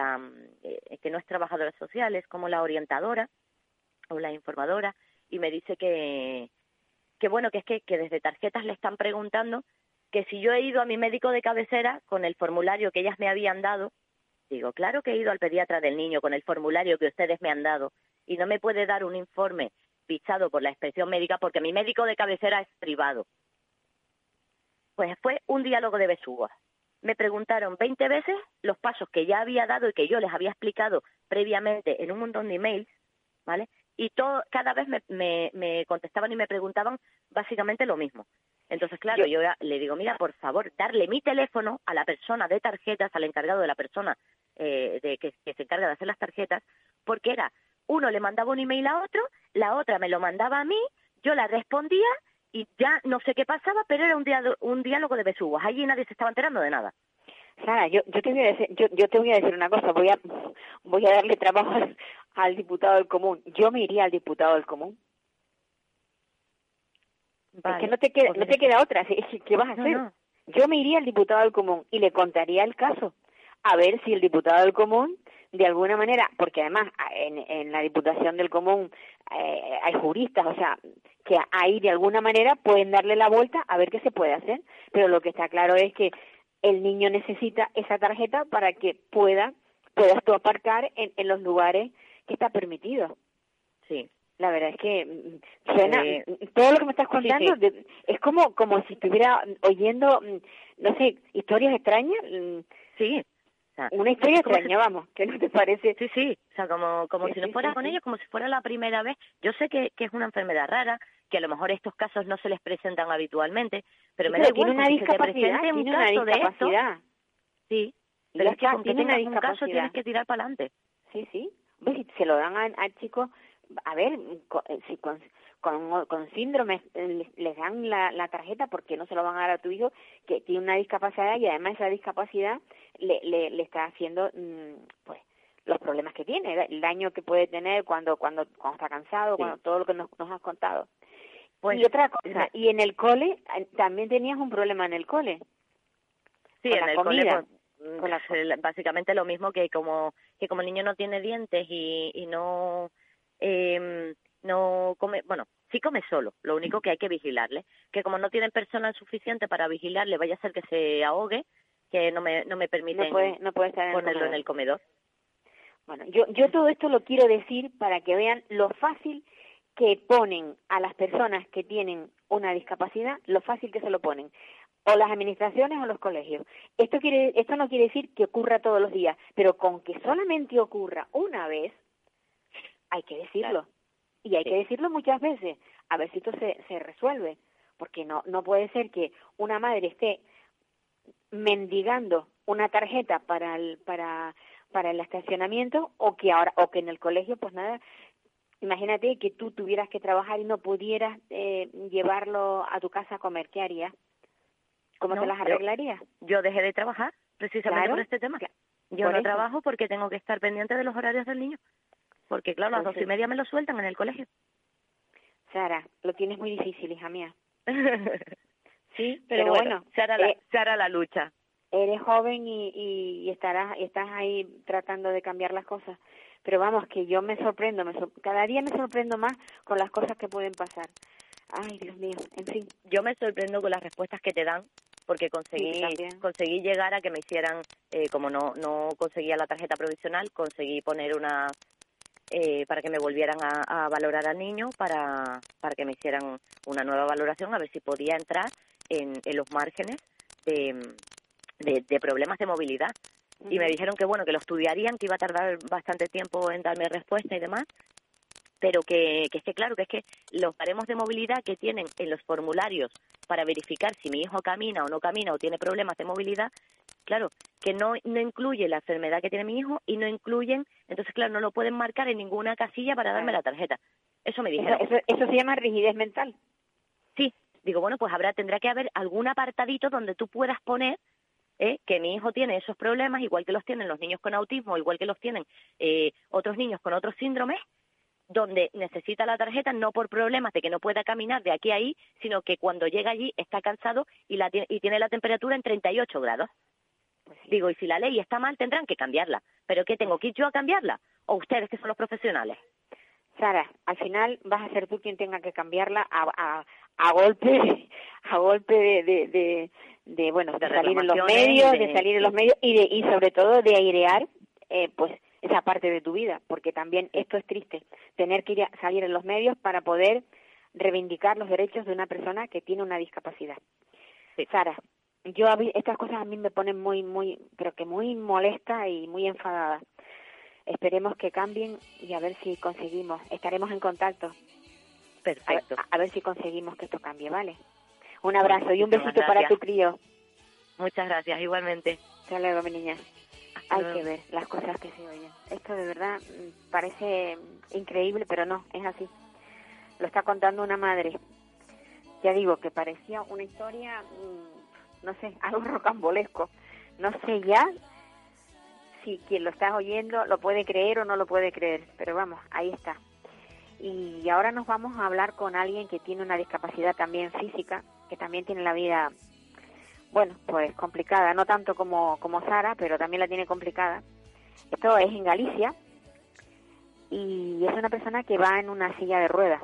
que no es trabajadora social, es como la orientadora o la informadora, y me dice que bueno, que es que desde tarjetas le están preguntando que si yo he ido a mi médico de cabecera con el formulario que ellas me habían dado. Digo, claro que he ido al pediatra del niño con el formulario que ustedes me han dado y no me puede dar un informe fichado por la inspección médica porque mi médico de cabecera es privado. Pues fue un diálogo de besugos. Me preguntaron 20 veces los pasos que ya había dado y que yo les había explicado previamente en un montón de emails, ¿vale? Y cada vez me contestaban y me preguntaban básicamente lo mismo. Entonces, claro, yo le digo, mira, por favor, darle mi teléfono a la persona de tarjetas, al encargado de la persona que se encarga de hacer las tarjetas, porque uno le mandaba un email a otro, la otra me lo mandaba a mí, yo la respondía y ya no sé qué pasaba, pero era un diálogo de besugos. Allí nadie se estaba enterando de nada. Sara, yo te voy a decir una cosa, voy a darle trabajo al diputado del común. Yo me iría al diputado del común. Vale, es que no te queda otra. ¿Qué vas a hacer? No. Yo me iría al diputado del común y le contaría el caso. A ver si el diputado del común, de alguna manera, porque además en la diputación del común hay juristas, o sea, que ahí de alguna manera pueden darle la vuelta a ver qué se puede hacer. Pero lo que está claro es que el niño necesita esa tarjeta para que puedas tú aparcar en los lugares que está permitido. Sí. La verdad es que suena, todo lo que me estás contando sí. Es como si estuviera oyendo, no sé, historias extrañas. Sí. O sea, una historia extraña, vamos, ¿qué no te parece? Sí, sí, o sea, como si no fuera con ellos, como si fuera la primera vez. Yo sé que es una enfermedad rara, que a lo mejor estos casos no se les presentan habitualmente, pero me da igual, tiene una discapacidad, tiene un caso de esto. Sí, pero es que con que tengas un caso tienes que tirar para adelante. Sí, sí. ¿Ves? Se lo dan al chico, a ver, si con síndrome les dan la tarjeta, porque no se lo van a dar a tu hijo que tiene una discapacidad, y además esa discapacidad le está haciendo pues los problemas que tiene, el daño que puede tener cuando está cansado, Sí. cuando todo lo que nos has contado. Pues, y otra cosa, y en el cole también tenías un problema en el cole. Sí, con en la el comida, cole básicamente lo mismo, que como el niño no tiene dientes y no come, bueno, sí come solo, lo único que hay que vigilarle, que como no tienen personal suficiente para vigilarle, vaya a ser que se ahogue, que no me permiten no puede estar ponerlo en el comedor. Bueno, yo todo esto lo quiero decir para que vean lo fácil que ponen a las personas que tienen una discapacidad, lo fácil que se lo ponen, o las administraciones o los colegios. Esto no quiere decir que ocurra todos los días, pero con que solamente ocurra una vez, hay que decirlo. Claro. Y hay que decirlo muchas veces, a ver si esto se resuelve, porque no puede ser que una madre esté mendigando una tarjeta para el estacionamiento, o que en el colegio, pues nada. Imagínate que tú tuvieras que trabajar y no pudieras llevarlo a tu casa a comer. ¿Qué harías? ¿Cómo te las arreglarías? Yo dejé de trabajar precisamente claro, por este tema. Yo no trabajo porque tengo que estar pendiente de los horarios del niño. Porque, claro, a las 2:30 me lo sueltan en el colegio. Sara, lo tienes muy difícil, hija mía. Sí, pero bueno, se hará la lucha. Eres joven y estás ahí tratando de cambiar las cosas. Pero vamos, que yo me sorprendo, cada día me sorprendo más con las cosas que pueden pasar. Ay, Dios mío, en fin. Yo me sorprendo con las respuestas que te dan, porque conseguí llegar a que me hicieran, como no conseguía la tarjeta provisional, conseguí poner una, para que me volvieran a valorar al niño, para que me hicieran una nueva valoración, a ver si podía entrar en los márgenes de problemas de movilidad. Y me dijeron que bueno, que lo estudiarían, que iba a tardar bastante tiempo en darme respuesta y demás, pero que es que claro, que es que los baremos de movilidad que tienen en los formularios para verificar si mi hijo camina o no camina o tiene problemas de movilidad, claro, que no incluye la enfermedad que tiene mi hijo y no incluyen, entonces claro, no lo pueden marcar en ninguna casilla para darme la tarjeta. Eso me dijeron. Eso se llama rigidez mental. Sí, digo, bueno, pues tendrá que haber algún apartadito donde tú puedas poner que mi hijo tiene esos problemas, igual que los tienen los niños con autismo, igual que los tienen otros niños con otros síndromes, donde necesita la tarjeta no por problemas de que no pueda caminar de aquí a ahí, sino que cuando llega allí está cansado y tiene la temperatura en 38 grados. Pues digo, y si la ley está mal, tendrán que cambiarla. ¿Pero qué tengo que ir yo a cambiarla? ¿O ustedes, que son los profesionales? Sara, al final vas a ser tú quien tenga que cambiarla a golpe de salir en los medios, de salir en los medios y sobre todo de airear pues esa parte de tu vida, porque también esto es triste, tener que salir en los medios para poder reivindicar los derechos de una persona que tiene una discapacidad. Sí. Sara, estas cosas a mí me ponen muy molesta y muy enfadada. Esperemos que cambien y a ver si conseguimos. Estaremos en contacto. Perfecto. A ver si conseguimos que esto cambie, ¿vale? Un abrazo y un besito para tu crío. Muchas gracias, igualmente. Hasta luego, mi niña. Hay que ver las cosas que se oyen. Esto de verdad parece increíble, pero no, es así. Lo está contando una madre. Ya digo, que parecía una historia, no sé, algo rocambolesco. No sé ya si quien lo está oyendo lo puede creer o no lo puede creer, pero vamos, ahí está. Y ahora nos vamos a hablar con alguien que tiene una discapacidad también física, que también tiene la vida, bueno, pues complicada, no tanto como Sara, pero también la tiene complicada. Esto es en Galicia y es una persona que va en una silla de ruedas.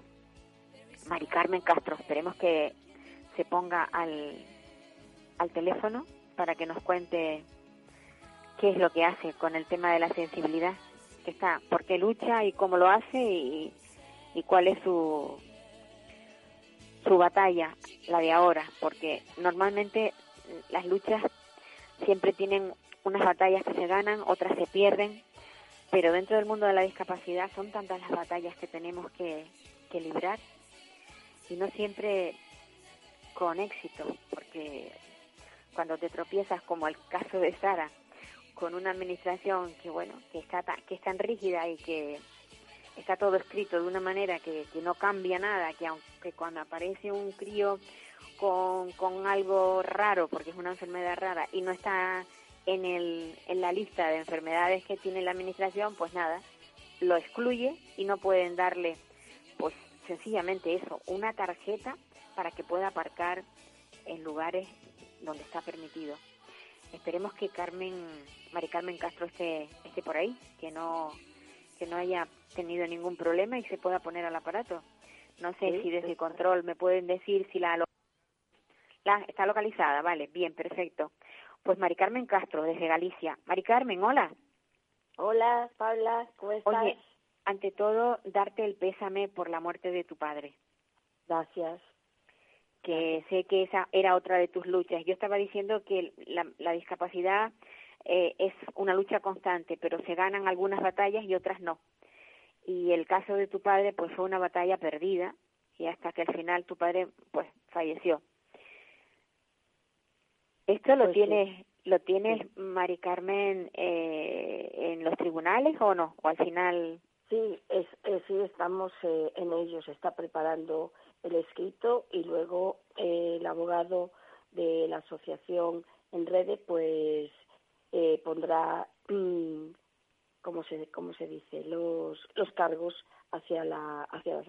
Mari Carmen Castro, esperemos que se ponga al teléfono para que nos cuente qué es lo que hace con el tema de la sensibilidad, por qué lucha y cómo lo hace y cuál es su batalla, la de ahora, porque normalmente las luchas siempre tienen unas batallas que se ganan, otras se pierden, pero dentro del mundo de la discapacidad son tantas las batallas que tenemos que librar y no siempre con éxito, porque cuando te tropiezas, como el caso de Sara, con una administración que es tan rígida y que está todo escrito de una manera que no cambia nada, que aunque cuando aparece un crío con algo raro, porque es una enfermedad rara, y no está en la lista de enfermedades que tiene la administración, pues nada, lo excluye y no pueden darle, pues sencillamente eso, una tarjeta para que pueda aparcar en lugares donde está permitido. Esperemos que Mari Carmen Castro esté por ahí, que no haya tenido ningún problema y se pueda poner al aparato. No sé si desde control me pueden decir si está localizada. Vale, bien, perfecto. Pues Mari Carmen Castro, desde Galicia. Mari Carmen, hola. Hola, Paula, ¿cómo estás? Oye, ante todo, darte el pésame por la muerte de tu padre. Gracias. Que sé que esa era otra de tus luchas. Yo estaba diciendo que la discapacidad es una lucha constante, pero se ganan algunas batallas y otras no. Y el caso de tu padre, pues fue una batalla perdida, y hasta que al final tu padre, pues, falleció. ¿Esto lo tienes, sí, Mari Carmen, en los tribunales o no? ¿O al final...? Sí, sí, estamos en ello. Se está preparando el escrito y luego el abogado de la asociación Enrede, pues, pondrá, ¿cómo se dice? Los cargos hacia la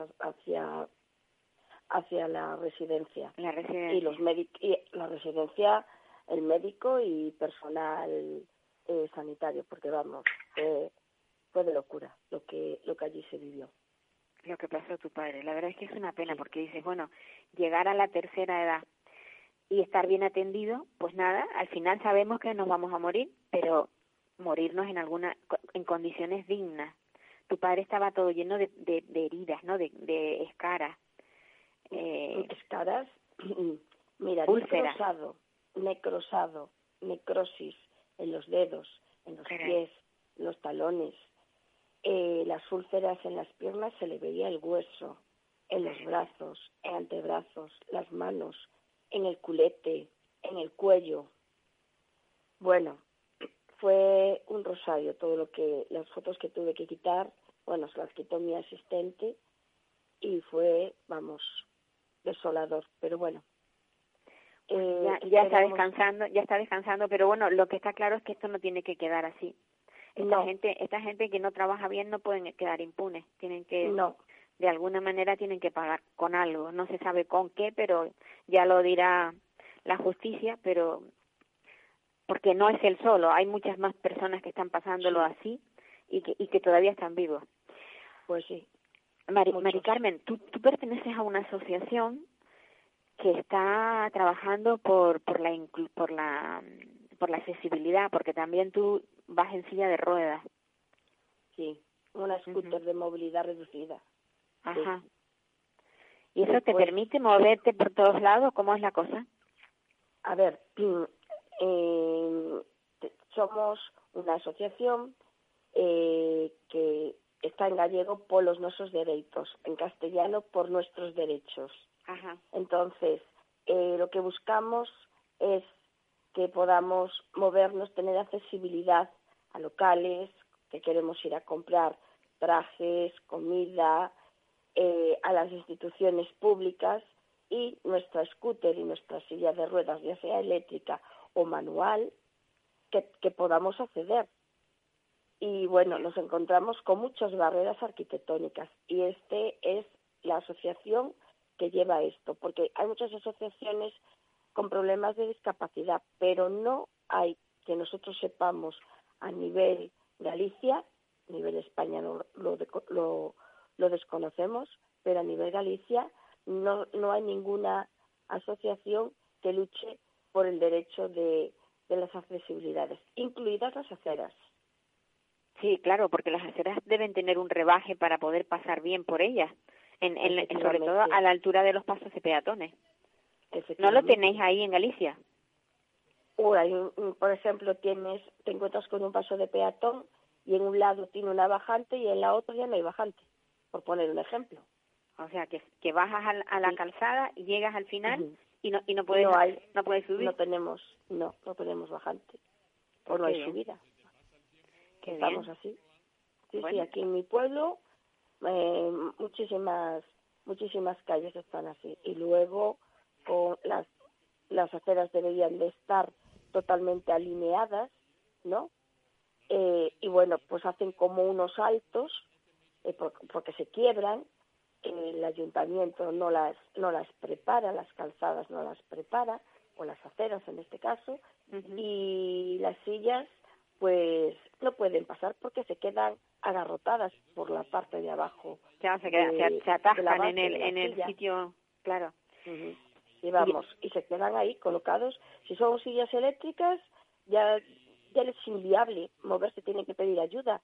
residencia. La residencia. Y la residencia, el médico y personal sanitario, porque vamos, fue de locura lo que allí se vivió. Lo que pasó a tu padre. La verdad es que es una pena, porque dices, bueno, llegar a la tercera edad y estar bien atendido, pues nada, al final sabemos que nos vamos a morir, pero morirnos en condiciones dignas. Tu padre estaba todo lleno de heridas, ¿no? De escaras. Escaras, mira, úlceras, necrosado, necrosis en los dedos, en los pies, en los talones. Las úlceras en las piernas, se le veía el hueso, en los brazos, en antebrazos, las manos, en el culete, en el cuello. Bueno, fue un rosario las fotos que tuve que quitar, bueno, se las quitó mi asistente y fue, vamos, desolador, pero bueno. Ya está descansando, pero bueno, lo que está claro es que esto no tiene que quedar así. Esta gente que no trabaja bien no pueden quedar impunes, de alguna manera tienen que pagar con algo, no se sabe con qué, pero ya lo dirá la justicia, pero porque no es él solo, hay muchas más personas que están pasándolo así y que todavía están vivos. Pues sí. Mari Carmen, tú perteneces a una asociación que está trabajando por la accesibilidad, porque también tú vas en silla de ruedas. Sí, una scooter de movilidad reducida. Ajá. Sí. ¿Y eso te permite moverte por todos lados? ¿Cómo es la cosa? A ver, somos una asociación que está en gallego Polos Nosos Dereitos, en castellano Por Nuestros Derechos. Ajá. Entonces, lo que buscamos es que podamos movernos, tener accesibilidad a locales, que queremos ir a comprar trajes, comida, a las instituciones públicas, y nuestra scooter y nuestra silla de ruedas, ya sea eléctrica o manual, que podamos acceder. Y bueno, nos encontramos con muchas barreras arquitectónicas, y es la asociación que lleva esto, porque hay muchas asociaciones con problemas de discapacidad, pero no hay, que nosotros sepamos, a nivel Galicia, a nivel España lo desconocemos, pero a nivel Galicia no hay ninguna asociación que luche por el derecho de de las accesibilidades, incluidas las aceras. Sí, claro, porque las aceras deben tener un rebaje para poder pasar bien por ellas, sobre todo a la altura de los pasos de peatones. ¿No lo tenéis ahí en Galicia? Por ejemplo, te encuentras con un paso de peatón y en un lado tiene una bajante y en la otra ya no hay bajante, por poner un ejemplo. O sea, que bajas a la calzada y llegas al final y no puedes subir. No tenemos bajante, o no hay subida. Estamos así. Sí, bueno. Sí, aquí en mi pueblo muchísimas calles están así. Y luego con las aceras deberían de estar totalmente alineadas, ¿no? Y bueno, pues hacen como unos altos porque se quiebran. El ayuntamiento no las prepara, las calzadas no las prepara, o las aceras en este caso, y las sillas pues no pueden pasar porque se quedan agarrotadas por la parte de abajo. Claro, se atascan en el sitio, claro. Y se quedan ahí colocados. Si son sillas eléctricas, ya les es inviable moverse, tienen que pedir ayuda.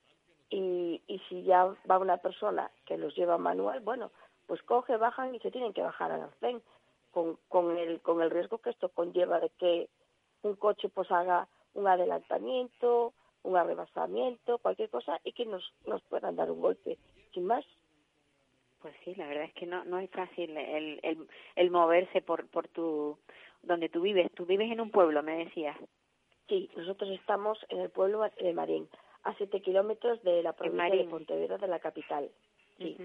Y si ya va una persona que los lleva manual, bueno, pues bajan y se tienen que bajar al arcén, con el riesgo que esto conlleva de que un coche pues haga un adelantamiento, un arrebasamiento, cualquier cosa, y que nos puedan dar un golpe, sin más. Pues sí, la verdad es que no es fácil el moverse por donde tú vives. Tú vives en un pueblo, me decías. Sí, nosotros estamos en el pueblo de Marín, a 7 kilómetros de la provincia de Pontevedra, de la capital. Sí.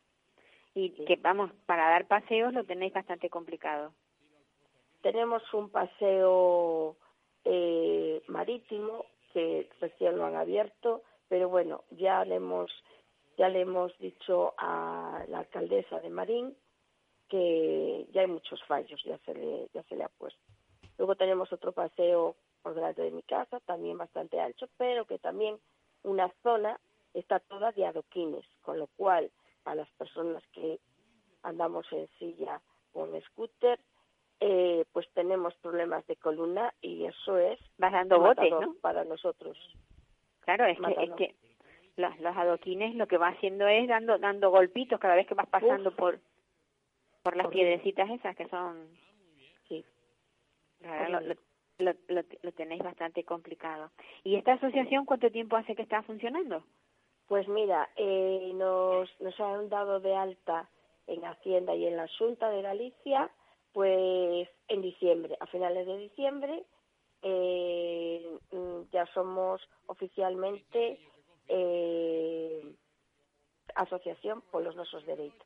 Y que vamos, para dar paseos lo tenéis bastante complicado. Tenemos un paseo marítimo que recién lo han abierto, pero bueno, ya le hemos dicho a la alcaldesa de Marín que ya hay muchos fallos, ya se le ha puesto. Luego tenemos otro paseo por delante de mi casa, también bastante ancho, pero que también una zona está toda de adoquines, con lo cual a las personas que andamos en silla o en scooter, pues tenemos problemas de columna y eso es vas dando botes, ¿no? Para nosotros. Claro, es que los adoquines lo que va haciendo es dando golpitos cada vez que vas pasando por las piedrecitas esas que son. Sí. Claro, lo tenéis bastante complicado. ¿Y esta asociación cuánto tiempo hace que está funcionando? Pues mira, nos han dado de alta en Hacienda y en la Xunta de Galicia, pues en diciembre, a finales de diciembre, ya somos oficialmente asociación por los nosos derechos.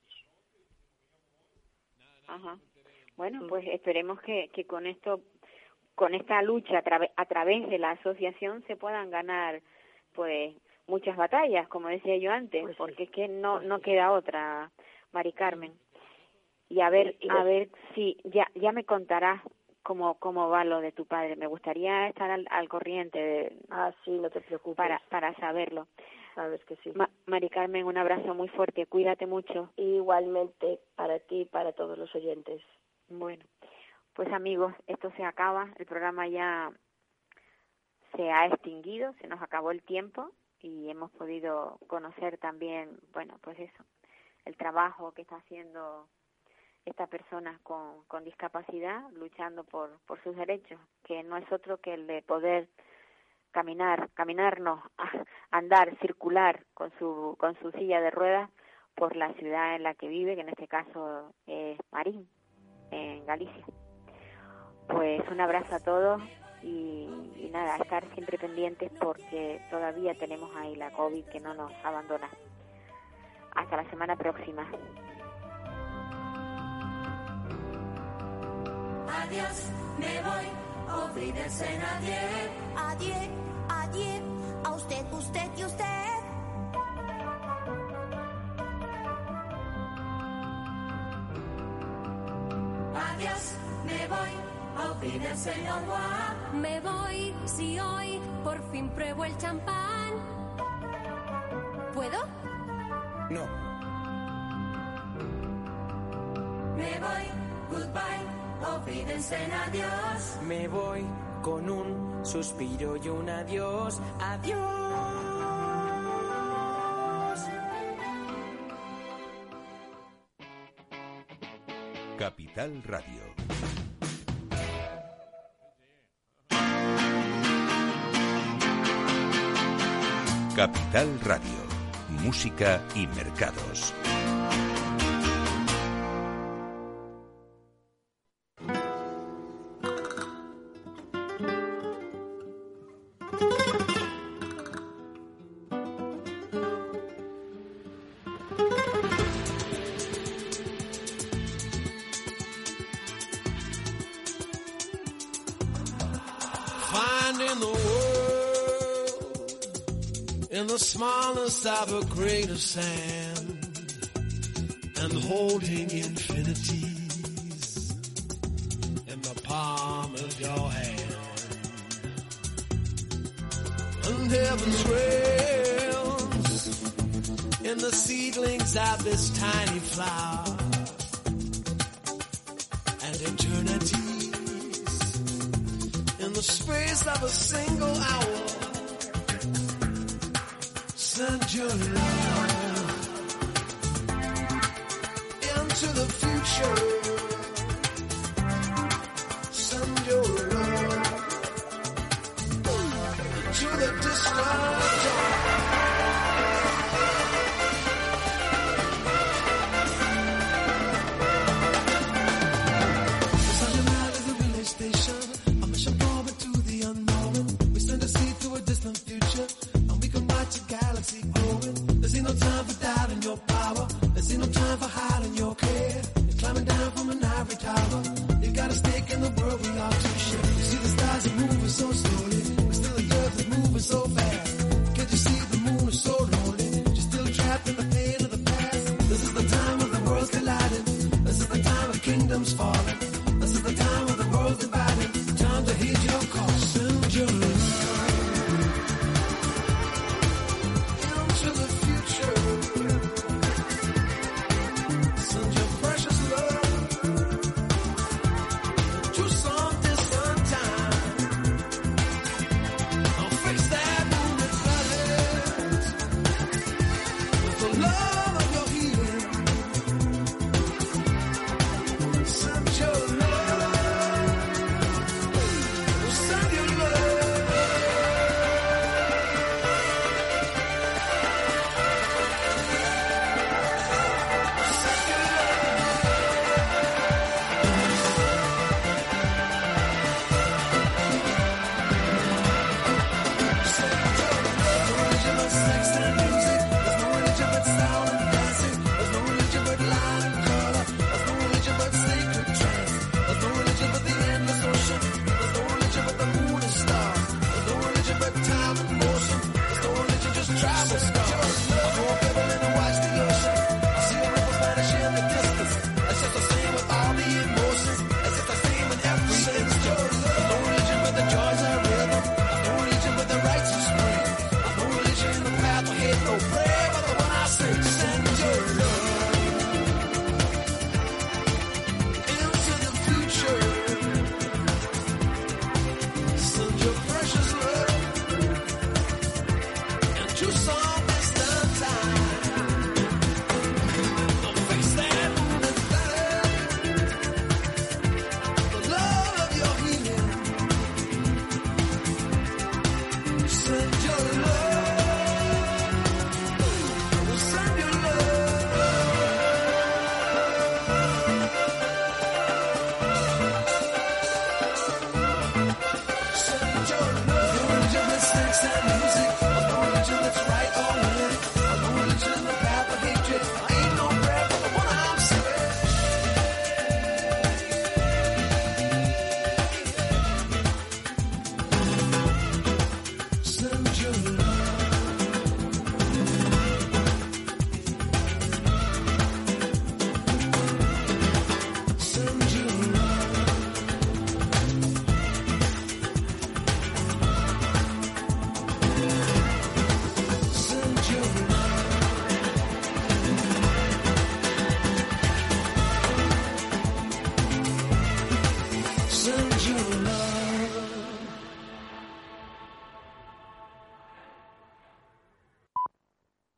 Ajá. Bueno, pues esperemos que con esto, con esta lucha a través de la asociación se puedan ganar pues muchas batallas, como decía yo antes, pues porque es que no queda otra, Mari Carmen. Y a ver si ya me contarás cómo va lo de tu padre. Me gustaría estar al corriente sí, no te preocupes. Para saberlo. Sabes que sí. Mari Carmen, un abrazo muy fuerte, cuídate mucho. Igualmente para ti y para todos los oyentes. Bueno, pues amigos, esto se acaba, el programa ya se ha extinguido, se nos acabó el tiempo y hemos podido conocer también, bueno, pues eso, el trabajo que está haciendo estas personas con discapacidad, luchando por sus derechos, que no es otro que el de poder caminarnos, andar, circular con su silla de ruedas por la ciudad en la que vive, que en este caso es Marín, en Galicia. Pues un abrazo a todos y nada, estar siempre pendientes porque todavía tenemos ahí la COVID que no nos abandona. Hasta la semana próxima. Adiós, me voy, olvídense nadie. Adiós, adiós, a usted, usted y usted. Adiós, me voy, olvídense no voy. Me voy, si hoy por fin pruebo el champán. ¿Puedo? No. Me voy, goodbye, olvídense en adiós. Me voy, con un suspiro y un adiós, adiós. Capital Radio. Capital Radio. Música y mercados. Finding the world in the smallest of a grain of sand and holding infinities in the palm of your hand. And heaven's rails in the seedlings of this tiny flower and eternity in the space of a single hour. Send your love into the future. Send your love to the distant dawn. Send your love to the relay station. A mission forward to the unknown. We send a seed to a distant future, and we can watch the galaxy growing. There's ain't no time for doubting your power. There's ain't no time for hiding your care. You're climbing down from an ivory tower. You got a stake in the world we are to share. You see the stars are moving so slowly, but still the earth is moving so fast. Can't you see the moon is so lonely? You're still trapped in the pain of the past. This is the time of the world's colliding. This is the time of kingdoms falling.